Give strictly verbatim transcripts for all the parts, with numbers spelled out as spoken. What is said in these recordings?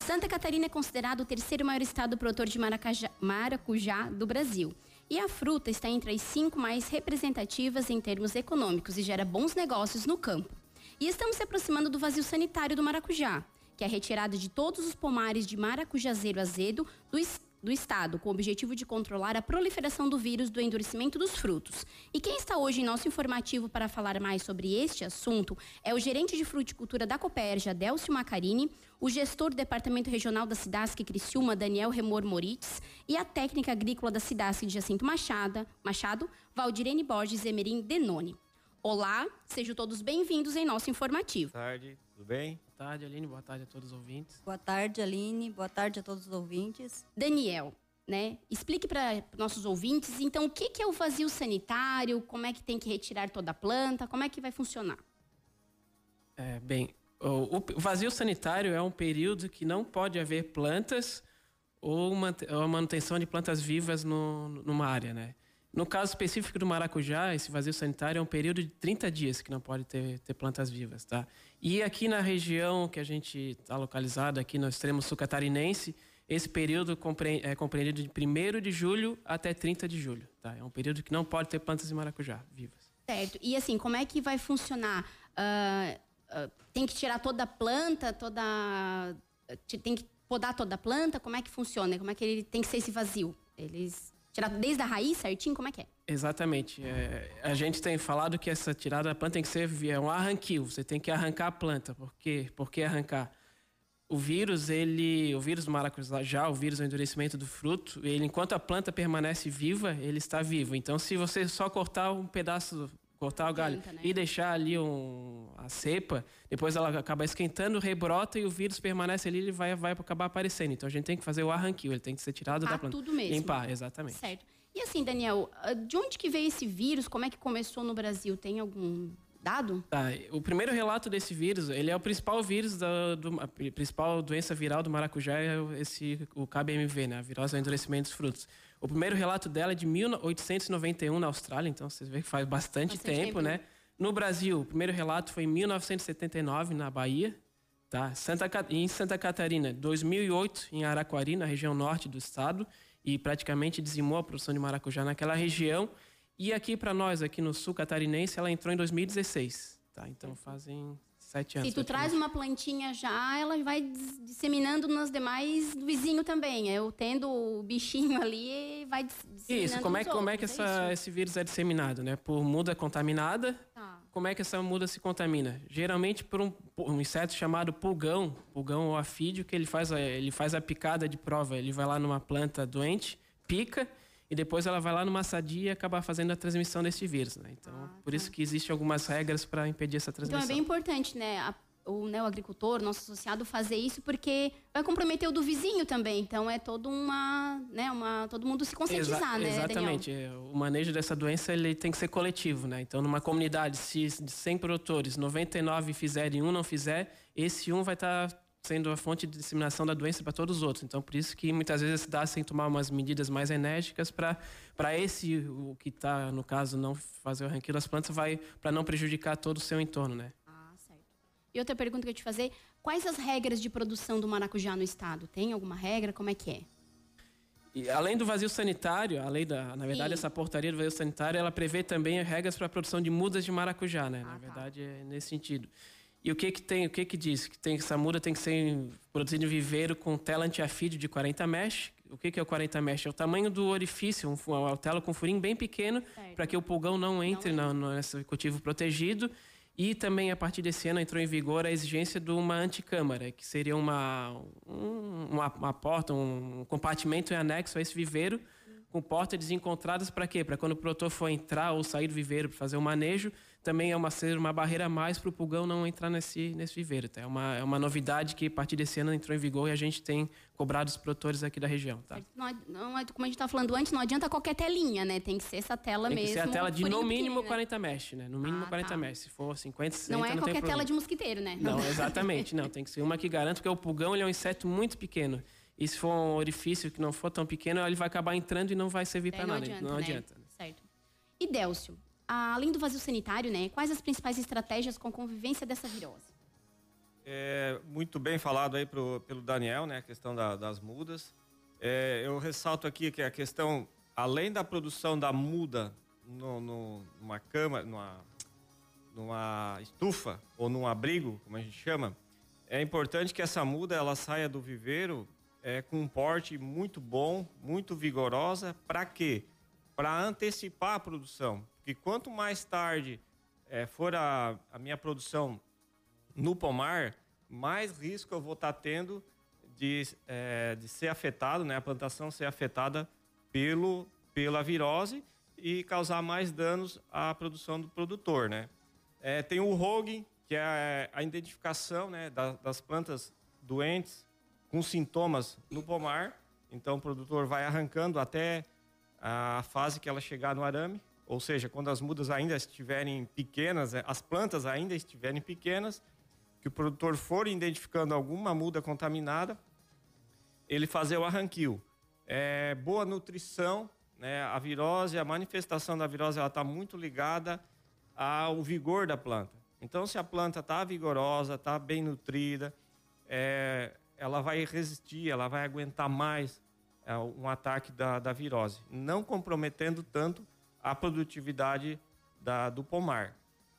Santa Catarina é considerado o terceiro maior estado produtor de maracujá, maracujá do Brasil. E a fruta está entre as cinco mais representativas em termos econômicos e gera bons negócios no campo. E estamos se aproximando do vazio sanitário do maracujá, que é a retirada de todos os pomares de maracujazeiro azedo do estado. do Estado, com o objetivo de controlar a proliferação do vírus do endurecimento dos frutos. E quem está hoje em nosso informativo para falar mais sobre este assunto é o gerente de fruticultura da Cooperja, Délcio Macarini, o gestor do Departamento Regional da Cidasc Criciúma, Daniel Remor Moritz, e a técnica agrícola da Cidasc de Jacinto Machado, Machado Valdirene Borges Emerim Denoni. Olá, sejam todos bem-vindos em nosso informativo. Boa tarde, tudo bem? Boa tarde, Aline. Boa tarde a todos os ouvintes. Boa tarde, Aline. Boa tarde a todos os ouvintes. Daniel, né? Explique para nossos ouvintes, então, o que, que é o vazio sanitário, como é que tem que retirar toda a planta, como é que vai funcionar? É, bem, o, o vazio sanitário é um período que não pode haver plantas ou uma, ou a manutenção de plantas vivas no, numa área, né? No caso específico do maracujá, esse vazio sanitário é um período de trinta dias que não pode ter, ter plantas vivas, tá? E aqui na região que a gente está localizado, aqui no extremo sul catarinense, esse período compre, é compreendido de primeiro de julho até trinta de julho, tá? É um período que não pode ter plantas de maracujá vivas. Certo. E assim, como é que vai funcionar? Uh, uh, tem que tirar toda a planta, toda... Tem que podar toda a planta? Como é que funciona? Como é que ele tem que ser esse vazio? Eles... Tirar desde a raiz certinho? Como é que é? Exatamente. É, a gente tem falado que essa tirada da planta tem que ser é um arranquio. Você tem que arrancar a planta. Por quê? Por que arrancar? O vírus, ele, o vírus do maracujá, o vírus do endurecimento do fruto, ele, enquanto a planta permanece viva, ele está vivo. Então, se você só cortar um pedaço, cortar o galho Planta, né? e deixar ali um, a cepa, depois ela acaba esquentando, rebrota e o vírus permanece ali, ele vai, vai acabar aparecendo. Então, a gente tem que fazer o arranquio, ele tem que ser tirado Limpar da planta. tudo mesmo. Limpar, exatamente. Certo. E assim, Daniel, de onde que veio esse vírus? Como é que começou no Brasil? Tem algum dado? Tá, o primeiro relato desse vírus, ele é o principal vírus, da do, a principal doença viral do maracujá, é esse, o K B M V, né? A virose do endurecimento dos frutos. O primeiro relato dela é de mil oitocentos e noventa e um na Austrália, então vocês veem que faz bastante, bastante tempo, tempo, né? No Brasil, o primeiro relato foi em mil novecentos e setenta e nove, na Bahia. Tá? Santa, em Santa Catarina, dois mil e oito, em Araquari, na região norte do estado, e praticamente dizimou a produção de maracujá naquela região. E aqui para nós, aqui no sul catarinense, ela entrou em dois mil e dezesseis. Tá? Então fazem sete anos. Se tu traz uma plantinha já, ela vai disseminando nos demais do vizinho também. Eu tendo o bichinho ali, vai disseminando. Isso, como é, como é que essa, é esse vírus é disseminado, né? Por muda contaminada. Tá. Como é que essa muda se contamina? Geralmente por um, um inseto chamado pulgão, pulgão ou afídeo, que ele faz, a, ele faz a picada de prova. Ele vai lá numa planta doente, pica, e depois ela vai lá numa sadia e acaba fazendo a transmissão desse vírus, né? Então, ah, por tá. isso que existem algumas regras para impedir essa transmissão. Então é bem importante, né? A, o, né, o agricultor, nosso associado, fazer isso, porque vai comprometer o do vizinho também. Então é todo uma, né, uma, todo mundo se conscientizar, Exa né, Exatamente. Daniel? O manejo dessa doença ele tem que ser coletivo, né? Então, numa comunidade, se de cem produtores, noventa e nove fizerem e um não fizer, esse um vai estar tá sendo a fonte de disseminação da doença para todos os outros. Então, por isso que muitas vezes dá sem tomar umas medidas mais enérgicas para esse, o que está, no caso, não fazer o arranquio das plantas, vai para não prejudicar todo o seu entorno, né? Ah, certo. E outra pergunta que eu ia te fazer, quais as regras de produção do maracujá no estado? Tem alguma regra? Como é que é? E, além do vazio sanitário, além da, na verdade, Sim. essa portaria do vazio sanitário, ela prevê também regras para a produção de mudas de maracujá, né? Ah, na verdade, tá. é nesse sentido. E o que que tem, o que que diz? Que tem, essa muda tem que ser produzida em viveiro com tela antiafídeo de quarenta mesh. O que que é o quarenta mesh? É o tamanho do orifício, um, uma tela com um furinho bem pequeno, para que o pulgão não entre não na, nesse cultivo protegido. E também, a partir desse ano, entrou em vigor a exigência de uma anticâmara, que seria uma, um, uma, uma porta, um compartimento em anexo a esse viveiro, com portas desencontradas para quê? Para quando o produtor for entrar ou sair do viveiro para fazer o manejo, também é uma, ser uma barreira a mais para o pulgão não entrar nesse, nesse viveiro. Tá? É, uma, é uma novidade que a partir desse ano entrou em vigor e a gente tem cobrado os produtores aqui da região. Tá? Não, não, como a gente estava falando antes, não adianta qualquer telinha, né? Tem que ser essa tela tem mesmo. Tem que ser a tela de no mínimo pequeno, quarenta mesh, né? No mínimo ah, quarenta mesh. Se for cinquenta, sessenta, não é não qualquer tela de mosquiteiro, né? Não, exatamente. Não, tem que ser uma que garante, porque o pulgão ele é um inseto muito pequeno. E se for um orifício que não for tão pequeno, ele vai acabar entrando e não vai servir para nada. Adianta, não né? adianta. Né? Certo. E Délcio, além do vazio sanitário, né? Quais as principais estratégias com a convivência dessa virose? É, muito bem falado aí pro, pelo Daniel, né? A questão da, das mudas. É, eu ressalto aqui que a questão, além da produção da muda no, no, numa cama, numa, numa estufa ou num abrigo, como a gente chama, é importante que essa muda ela saia do viveiro é, com um porte muito bom, muito vigorosa. Para quê? Para antecipar a produção. Porque quanto mais tarde é, for a, a minha produção no pomar, mais risco eu vou estar tendo de, é, de ser afetado, né, a plantação ser afetada pelo, pela virose e causar mais danos à produção do produtor, né? É, tem o rogue, que é a identificação, né, das, das plantas doentes com sintomas no pomar. Então o produtor vai arrancando até a fase que ela chegar no arame, ou seja, quando as mudas ainda estiverem pequenas, as plantas ainda estiverem pequenas, que o produtor for identificando alguma muda contaminada, ele fazer o arranquio. É, boa nutrição, né? A virose, a manifestação da virose, ela está muito ligada ao vigor da planta. Então, se a planta está vigorosa, está bem nutrida, é, ela vai resistir, ela vai aguentar mais é, um ataque da, da virose, não comprometendo tanto a produtividade da, do pomar.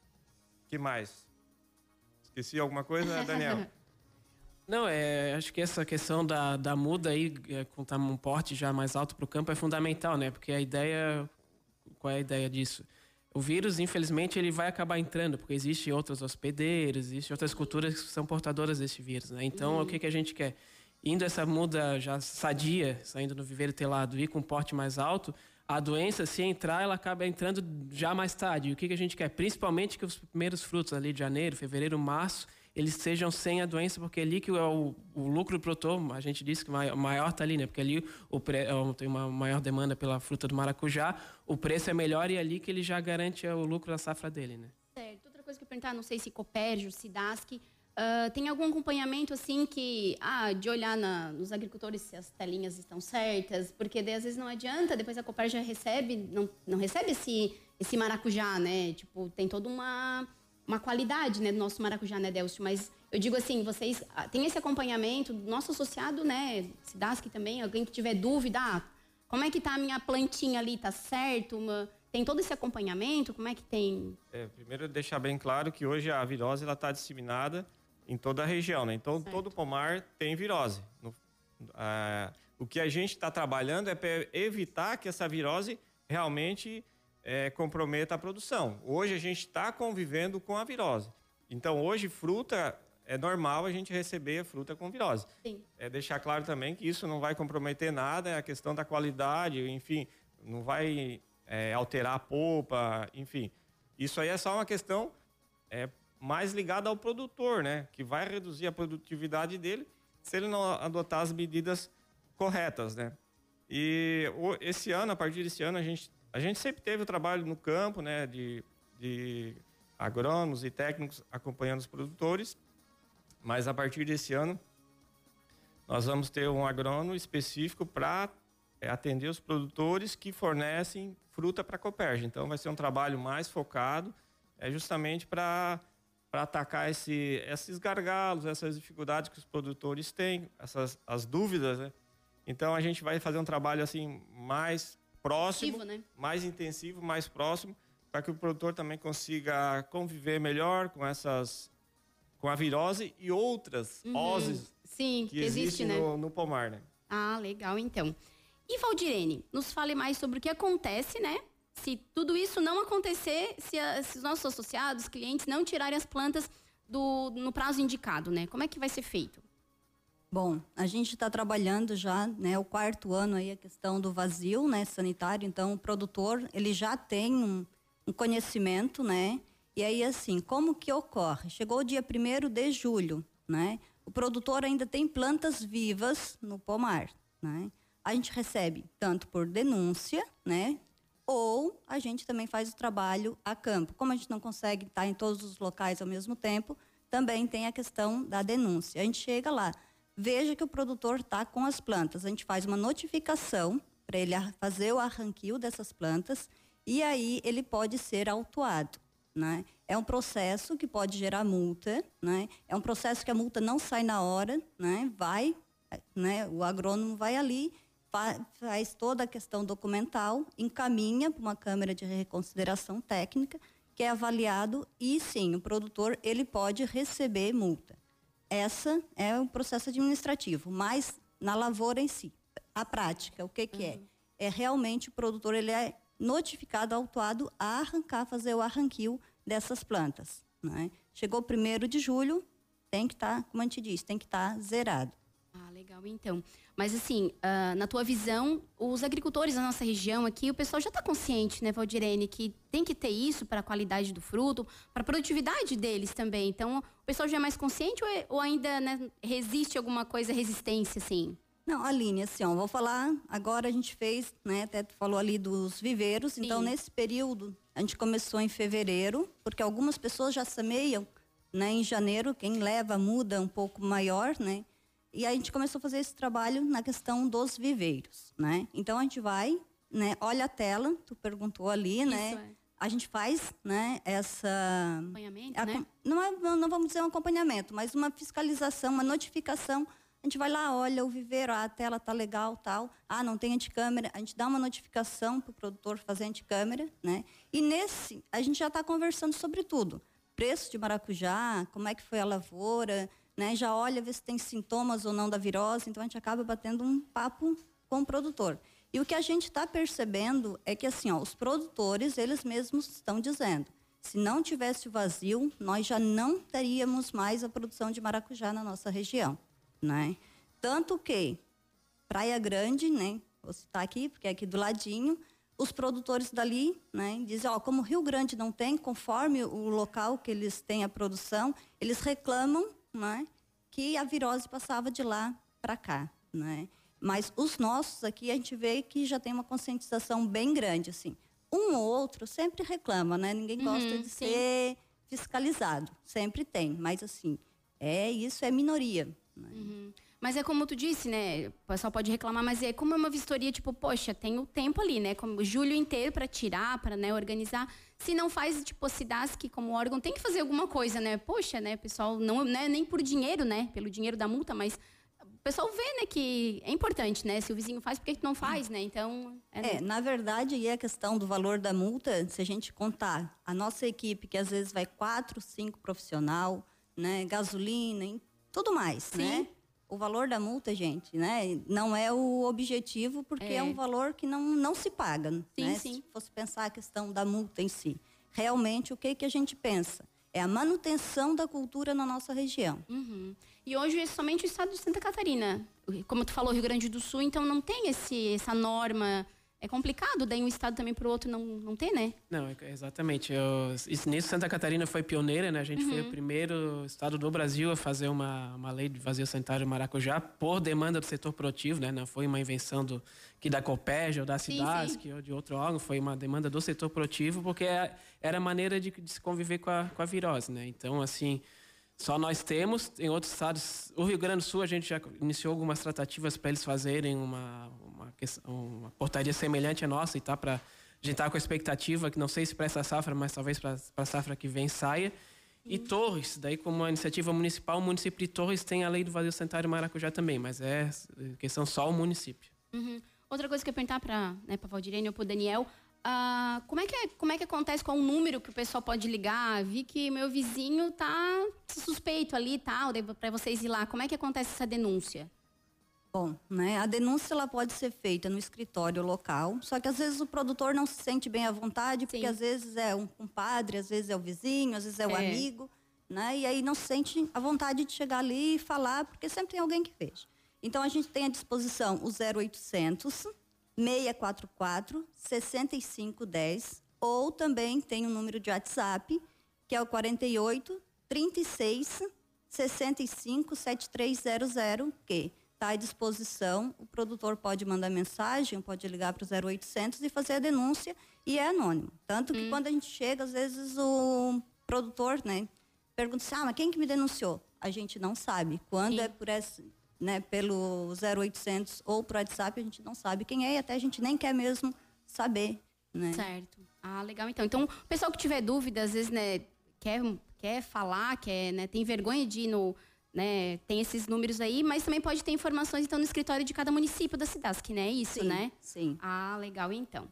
O que mais? Esqueci alguma coisa, Daniel? Não, é, acho que essa questão da, da muda aí, é, com um porte já mais alto para o campo, é fundamental, né? Porque a ideia... Qual é a ideia disso? O vírus, infelizmente, ele vai acabar entrando, porque existem outros hospedeiros, existem outras culturas que são portadoras desse vírus, né? Então, uhum. o que, que a gente quer? Indo essa muda já sadia, saindo no viveiro telado e com porte mais alto, a doença, se entrar, ela acaba entrando já mais tarde. E o que, que a gente quer? Principalmente que os primeiros frutos ali de janeiro, fevereiro, março, eles sejam sem a doença, porque ali que o, o lucro do produtor, a gente disse que o maior está ali, né? Porque ali o pre, tem uma maior demanda pela fruta do maracujá, o preço é melhor e é ali que ele já garante o lucro da safra dele, né? Certo. Outra coisa que eu ia perguntar, não sei se Copérgio, Sidasc, uh, tem algum acompanhamento, assim, que... Ah, de olhar na, nos agricultores se as telinhas estão certas, porque daí, às vezes não adianta, depois a Copérgio já recebe, não, não recebe esse, esse maracujá, né? Tipo, tem toda uma... uma qualidade, né, do nosso maracujá, né, Delcio? Mas eu digo assim, vocês têm esse acompanhamento do nosso associado, né, Sidasc também, alguém que tiver dúvida, ah, como é que tá a minha plantinha ali, tá certo? Uma... Tem todo esse acompanhamento? Como é que tem? É, primeiro, deixar bem claro que hoje a virose está disseminada em toda a região, né? Então, certo. Todo pomar tem virose. No, ah, o que a gente está trabalhando é para evitar que essa virose realmente... É, comprometa a produção. Hoje a gente está convivendo com a virose. Então hoje fruta, é normal a gente receber a fruta com virose. Sim. É deixar claro também que isso não vai comprometer nada, é a questão da qualidade, enfim, não vai é, alterar a polpa, enfim. Isso aí é só uma questão é, mais ligada ao produtor, né? Que vai reduzir a produtividade dele se ele não adotar as medidas corretas, né? E esse ano, a partir desse ano, a gente A gente sempre teve o trabalho no campo, né, de, de agrônomos e técnicos acompanhando os produtores, mas a partir desse ano nós vamos ter um agrônomo específico para é, atender os produtores que fornecem fruta para a Copérgio. Então vai ser um trabalho mais focado, é justamente para para atacar esse, esses gargalos, essas dificuldades que os produtores têm, essas as dúvidas, né? Então a gente vai fazer um trabalho assim mais próximo, né? mais intensivo, mais próximo, para que o produtor também consiga conviver melhor com essas, com a virose e outras uhum. oses Sim, que, que existem existe, no, né? no pomar, né? Ah, legal, então. E Valdirene, nos fale mais sobre o que acontece, né? Se tudo isso não acontecer, se, a, se os nossos associados, clientes, não tirarem as plantas do, no prazo indicado, né? Como é que vai ser feito? Bom, a gente está trabalhando já, né, o quarto ano aí a questão do vazio, né, sanitário. Então, o produtor ele já tem um, um conhecimento, né? E aí assim, como que ocorre? Chegou o dia primeiro de julho, né? O produtor ainda tem plantas vivas no pomar, né? A gente recebe tanto por denúncia, né? Ou a gente também faz o trabalho a campo. Como a gente não consegue estar em todos os locais ao mesmo tempo, também tem a questão da denúncia. A gente chega lá. Veja que o produtor está com as plantas. A gente faz uma notificação para ele fazer o arranquio dessas plantas e aí ele pode ser autuado, né? É um processo que pode gerar multa, né? É um processo que a multa não sai na hora, né? Vai, né? O agrônomo vai ali, fa- faz toda a questão documental, encaminha para uma câmara de reconsideração técnica, que é avaliado e sim, o produtor ele pode receber multa. Essa é o processo administrativo, mas na lavoura em si, a prática, o que que é? É realmente o produtor ele é notificado, autuado a arrancar, fazer o arranquio dessas plantas, né? Chegou primeiro de julho, tem que estar, como a gente diz, tem que estar zerado. Ah, legal, então. Mas assim, ah, na tua visão, os agricultores da nossa região aqui, o pessoal já está consciente, né, Valdirene, que tem que ter isso para a qualidade do fruto, para a produtividade deles também. Então, o pessoal já é mais consciente ou, é- ou ainda, né, resiste alguma coisa, resistência, assim? Não, Aline, assim, ó, vou falar, agora a gente fez, né, até tu falou ali dos viveiros, Sim. então nesse período, a gente começou em fevereiro, porque algumas pessoas já semeiam, né, em janeiro, quem leva muda um pouco maior, né, e aí a gente começou a fazer esse trabalho na questão dos viveiros, né, então a gente vai, né, olha a tela, tu perguntou ali, né, Isso, é. a gente faz, né, essa... Acompanhamento, a- né? Não, é, não vamos dizer um acompanhamento, mas uma fiscalização, uma notificação. A gente vai lá, olha o viveiro, ah, a tela tá legal, tal. Ah, não tem anticâmera. A gente dá uma notificação para o produtor fazer anticâmera, né? E nesse, a gente já está conversando sobre tudo. Preço de maracujá, como é que foi a lavoura, né? Já olha, vê se tem sintomas ou não da virose. Então, a gente acaba batendo um papo com o produtor. E o que a gente está percebendo é que, assim, ó, os produtores, eles mesmos estão dizendo, se não tivesse o vazio, nós já não teríamos mais a produção de maracujá na nossa região, né? Tanto que Praia Grande, né? Vou citar aqui, porque é aqui do ladinho, os produtores dali, né? Dizem, ó, como Rio Grande não tem, conforme o local que eles têm a produção, eles reclamam, né? Que a virose passava de lá para cá, né? Mas os nossos aqui, a gente vê que já tem uma conscientização bem grande, assim. Um ou outro sempre reclama, né? Ninguém gosta Uhum, de sim. ser fiscalizado. Sempre tem, mas assim, é isso é minoria. Né? Uhum. Mas é como tu disse, né? O pessoal pode reclamar, mas é como é uma vistoria, tipo, poxa, tem o tempo ali, né? Como julho inteiro para tirar, para, né, organizar. Se não faz, tipo, a SIDASC como órgão, tem que fazer alguma coisa, né? Poxa, né, pessoal, não, não é nem por dinheiro, né? Pelo dinheiro da multa, mas o pessoal vê, né, que é importante, né? Se o vizinho faz, por que que tu não faz, né? Então... É, na verdade, e a questão do valor da multa, se a gente contar, a nossa equipe, que às vezes vai quatro, cinco profissional, né? Gasolina, e tudo mais, Sim. né? O valor da multa, gente, né? Não é o objetivo, porque é, É. um valor que não, não se paga, Sim, né? sim. Se fosse pensar a questão da multa em si. Realmente, o que, que a gente pensa? É a manutenção da cultura na nossa região. Uhum. E hoje é somente o estado de Santa Catarina. Como tu falou, Rio Grande do Sul, então não tem esse, essa norma. É complicado, daí um estado também para o outro não, não ter, né? Não, é- exatamente. Eu, isso, nisso, Santa Catarina foi pioneira, né? A gente foi o primeiro estado do Brasil a fazer uma, uma lei de vazio sanitário em Maracujá por demanda do setor produtivo, né? Não foi uma invenção do, que da Copérgia ou da Sim, SIDASC ou de outro órgão, foi uma demanda do setor produtivo porque é- era a maneira de, de se conviver com a, com a virose, né? Então, assim, só nós temos, em outros estados, o Rio Grande do Sul, a gente já iniciou algumas tratativas para eles fazerem uma, uma, questão- uma portaria semelhante à nossa e tá para a gente tá com a expectativa que não sei se para essa safra, mas talvez para a safra que vem saia. E Torres, daí como uma iniciativa municipal, o município de Torres tem a lei do vazio sanitário em Maracujá também, mas é questão só o município. Uhum. Outra coisa que eu ia perguntar para, né, para Valdirene ou para o Daniel, ah, como, é que é, como é que acontece, qual o número que o pessoal pode ligar? Vi que meu vizinho tá suspeito ali e tal, para vocês ir lá. Como é que acontece essa denúncia? Bom, né, a denúncia ela pode ser feita no escritório local, só que às vezes o produtor não se sente bem à vontade, porque Sim. às vezes é um compadre, às vezes é o vizinho, às vezes é o É. amigo, né? E aí não se sente a vontade de chegar ali e falar, porque sempre tem alguém que veja. Então a gente tem à disposição o zero oitocentos, seis quatro quatro, seis cinco um zero, ou também tem o número de WhatsApp, que é o quarenta e oito, trinta e seis, sessenta e cinco, setenta e três zero zero, que está à disposição. O produtor pode mandar mensagem, pode ligar para o zero oitocentos e fazer a denúncia, e é anônimo. Tanto que quando a gente chega, às vezes o produtor, né, pergunta assim, ah, mas quem que me denunciou? A gente não sabe. Quando Sim. é por esse, né, pelo zero oitocentos ou por WhatsApp, a gente não sabe quem é, e até a gente nem quer mesmo saber, né? Certo. Ah, legal. Então, então o pessoal que tiver dúvida, às vezes, né, quer, quer falar, quer, né, tem vergonha de ir no, né, tem esses números aí, mas também pode ter informações, então, no escritório de cada município da Cidasc, né? Isso, sim, né? Sim. Ah, legal, então.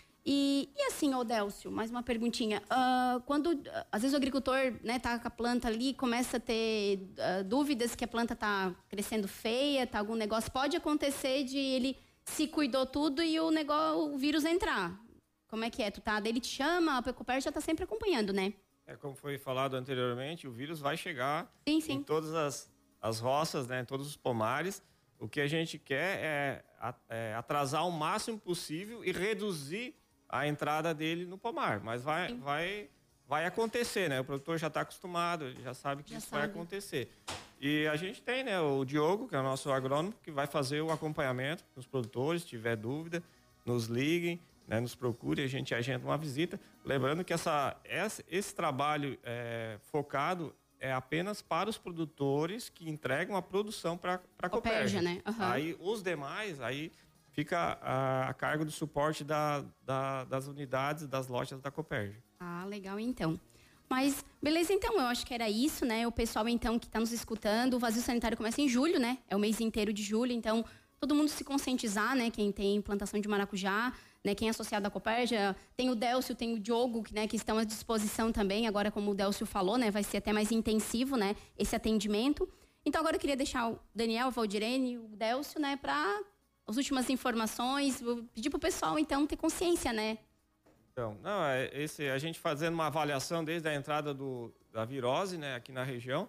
E, e assim, Odélcio, mais uma perguntinha. Uh, quando, uh, às vezes, o agricultor, né, tá com a planta ali, começa a ter uh, dúvidas que a planta tá crescendo feia, tá algum negócio, pode acontecer de ele se cuidou tudo e o negócio, o vírus entrar. Como é que é? Tu tá, daí ele te chama, a Copérgia já tá sempre acompanhando, né? É como foi falado anteriormente, o vírus vai chegar sim, sim. em todas as, as roças, né, em todos os pomares. O que a gente quer é, é atrasar o máximo possível e reduzir a entrada dele no pomar. Mas vai, vai, vai acontecer, né? O produtor já está acostumado, ele já sabe que já isso sabe. vai acontecer. E a gente tem, né, o Diogo, que é o nosso agrônomo, que vai fazer o acompanhamento dos produtores. Se tiver dúvida, nos liguem, né, nos procure, a gente agenda uma visita. Lembrando que essa, esse, esse trabalho é, focado é apenas para os produtores que entregam a produção para a Copérgia, né? Uhum. Aí os demais, aí fica a, a cargo do suporte da, da, das unidades, das lojas da Copérgia. Ah, legal então. Mas, beleza, então, eu acho que era isso, né? O pessoal, então, que está nos escutando, o vazio sanitário começa em julho, né? É o mês inteiro de julho, então, todo mundo se conscientizar, né? Quem tem plantação de maracujá, né? Quem é associado à Copérgia, tem o Délcio, tem o Diogo, né? Que estão à disposição também, agora, como o Délcio falou, né? Vai ser até mais intensivo, né? Esse atendimento. Então, agora eu queria deixar o Daniel, o Valdirene e o Délcio, né? Para as últimas informações, vou pedir para o pessoal, então, ter consciência, né? Então, não, é esse, a gente fazendo uma avaliação desde a entrada do, da virose, né, aqui na região,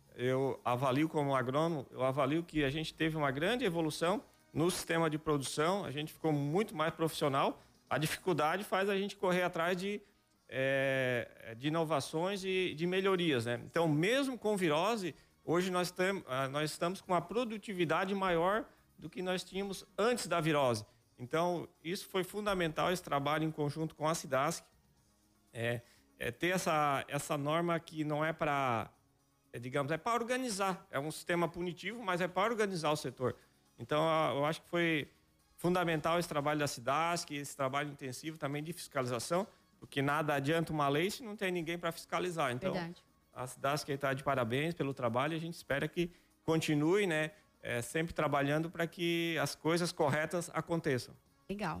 eu avalio como agrônomo, eu avalio que a gente teve uma grande evolução no sistema de produção, a gente ficou muito mais profissional. A dificuldade faz a gente correr atrás de, é, de inovações e de melhorias, né? Então, mesmo com virose, hoje nós, tem, nós estamos com uma produtividade maior do que nós tínhamos antes da virose. Então, isso foi fundamental, esse trabalho em conjunto com a Cidasc, é, é ter essa, essa norma que não é para, é, digamos, é para organizar, é um sistema punitivo, mas é para organizar o setor. Então, eu acho que foi fundamental esse trabalho da Cidasc, esse trabalho intensivo também de fiscalização, porque nada adianta uma lei se não tem ninguém para fiscalizar. Então, verdade. A Cidasc está de parabéns pelo trabalho e a gente espera que continue, né? É, sempre trabalhando para que as coisas corretas aconteçam. Legal.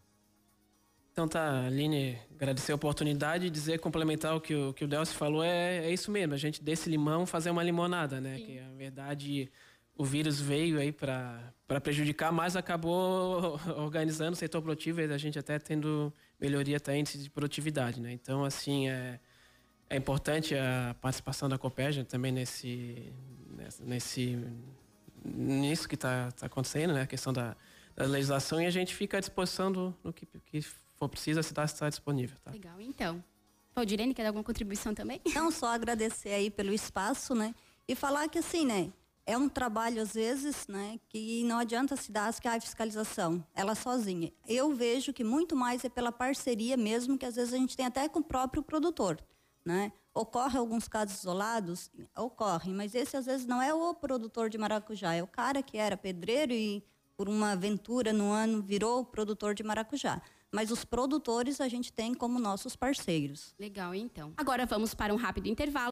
Então tá, Aline, agradecer a oportunidade e dizer, complementar o que o, que o Délcio falou, é, é isso mesmo, a gente desse limão fazer uma limonada, né? Sim. Que na verdade o vírus veio aí para prejudicar, mas acabou organizando o setor produtivo e a gente até tendo melhoria até índice de produtividade, né? Então, assim, é, é importante a participação da Copérgia também nesse... nesse nisso que está tá acontecendo, né? A questão da, da legislação, e a gente fica à disposição do, no que, que for preciso, a cidade está disponível. Tá? Legal, então. Valdirene, quer dar alguma contribuição também? Não, só agradecer aí pelo espaço, né? E falar que assim, né? É um trabalho, às vezes, né? Que não adianta a Cidasc, a fiscalização, ela sozinha. Eu vejo que muito mais é pela parceria mesmo, que às vezes a gente tem até com o próprio produtor, né? Ocorre alguns casos isolados? Ocorrem, mas esse às vezes não é o produtor de maracujá, é o cara que era pedreiro e por uma aventura no ano virou produtor de maracujá. Mas os produtores a gente tem como nossos parceiros. Legal, então. Agora vamos para um rápido intervalo.